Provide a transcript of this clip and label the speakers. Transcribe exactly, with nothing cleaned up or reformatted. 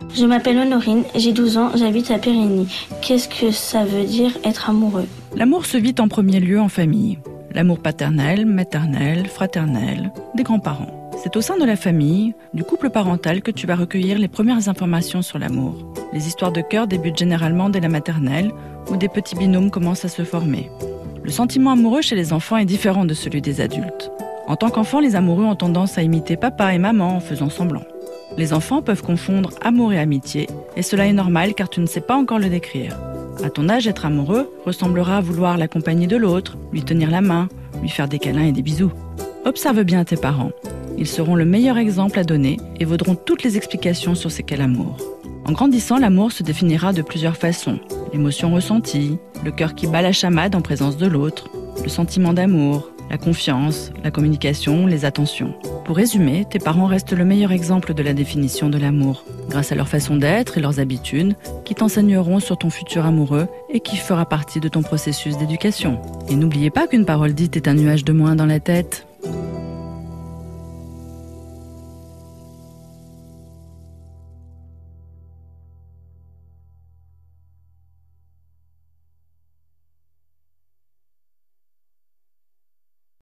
Speaker 1: Je m'appelle Honorine, j'ai douze ans, j'habite à Périgny. Qu'est-ce que ça veut dire être amoureux ?
Speaker 2: L'amour se vit en premier lieu en famille. L'amour paternel, maternel, fraternel, des grands-parents. C'est au sein de la famille, du couple parental que tu vas recueillir les premières informations sur l'amour. Les histoires de cœur débutent généralement dès la maternelle, où des petits binômes commencent à se former. Le sentiment amoureux chez les enfants est différent de celui des adultes. En tant qu'enfants, les amoureux ont tendance à imiter papa et maman en faisant semblant. Les enfants peuvent confondre amour et amitié, et cela est normal car tu ne sais pas encore le décrire. À ton âge, être amoureux ressemblera à vouloir l'accompagner de l'autre, lui tenir la main, lui faire des câlins et des bisous. Observe bien tes parents. Ils seront le meilleur exemple à donner et vaudront toutes les explications sur ce qu'est l'amour. En grandissant, l'amour se définira de plusieurs façons. L'émotion ressentie, le cœur qui bat la chamade en présence de l'autre, le sentiment d'amour, la confiance, la communication, les attentions. Pour résumer, tes parents restent le meilleur exemple de la définition de l'amour, grâce à leur façon d'être et leurs habitudes, qui t'enseigneront sur ton futur amoureux et qui fera partie de ton processus d'éducation. Et n'oubliez pas qu'une parole dite est un nuage de moins dans la tête.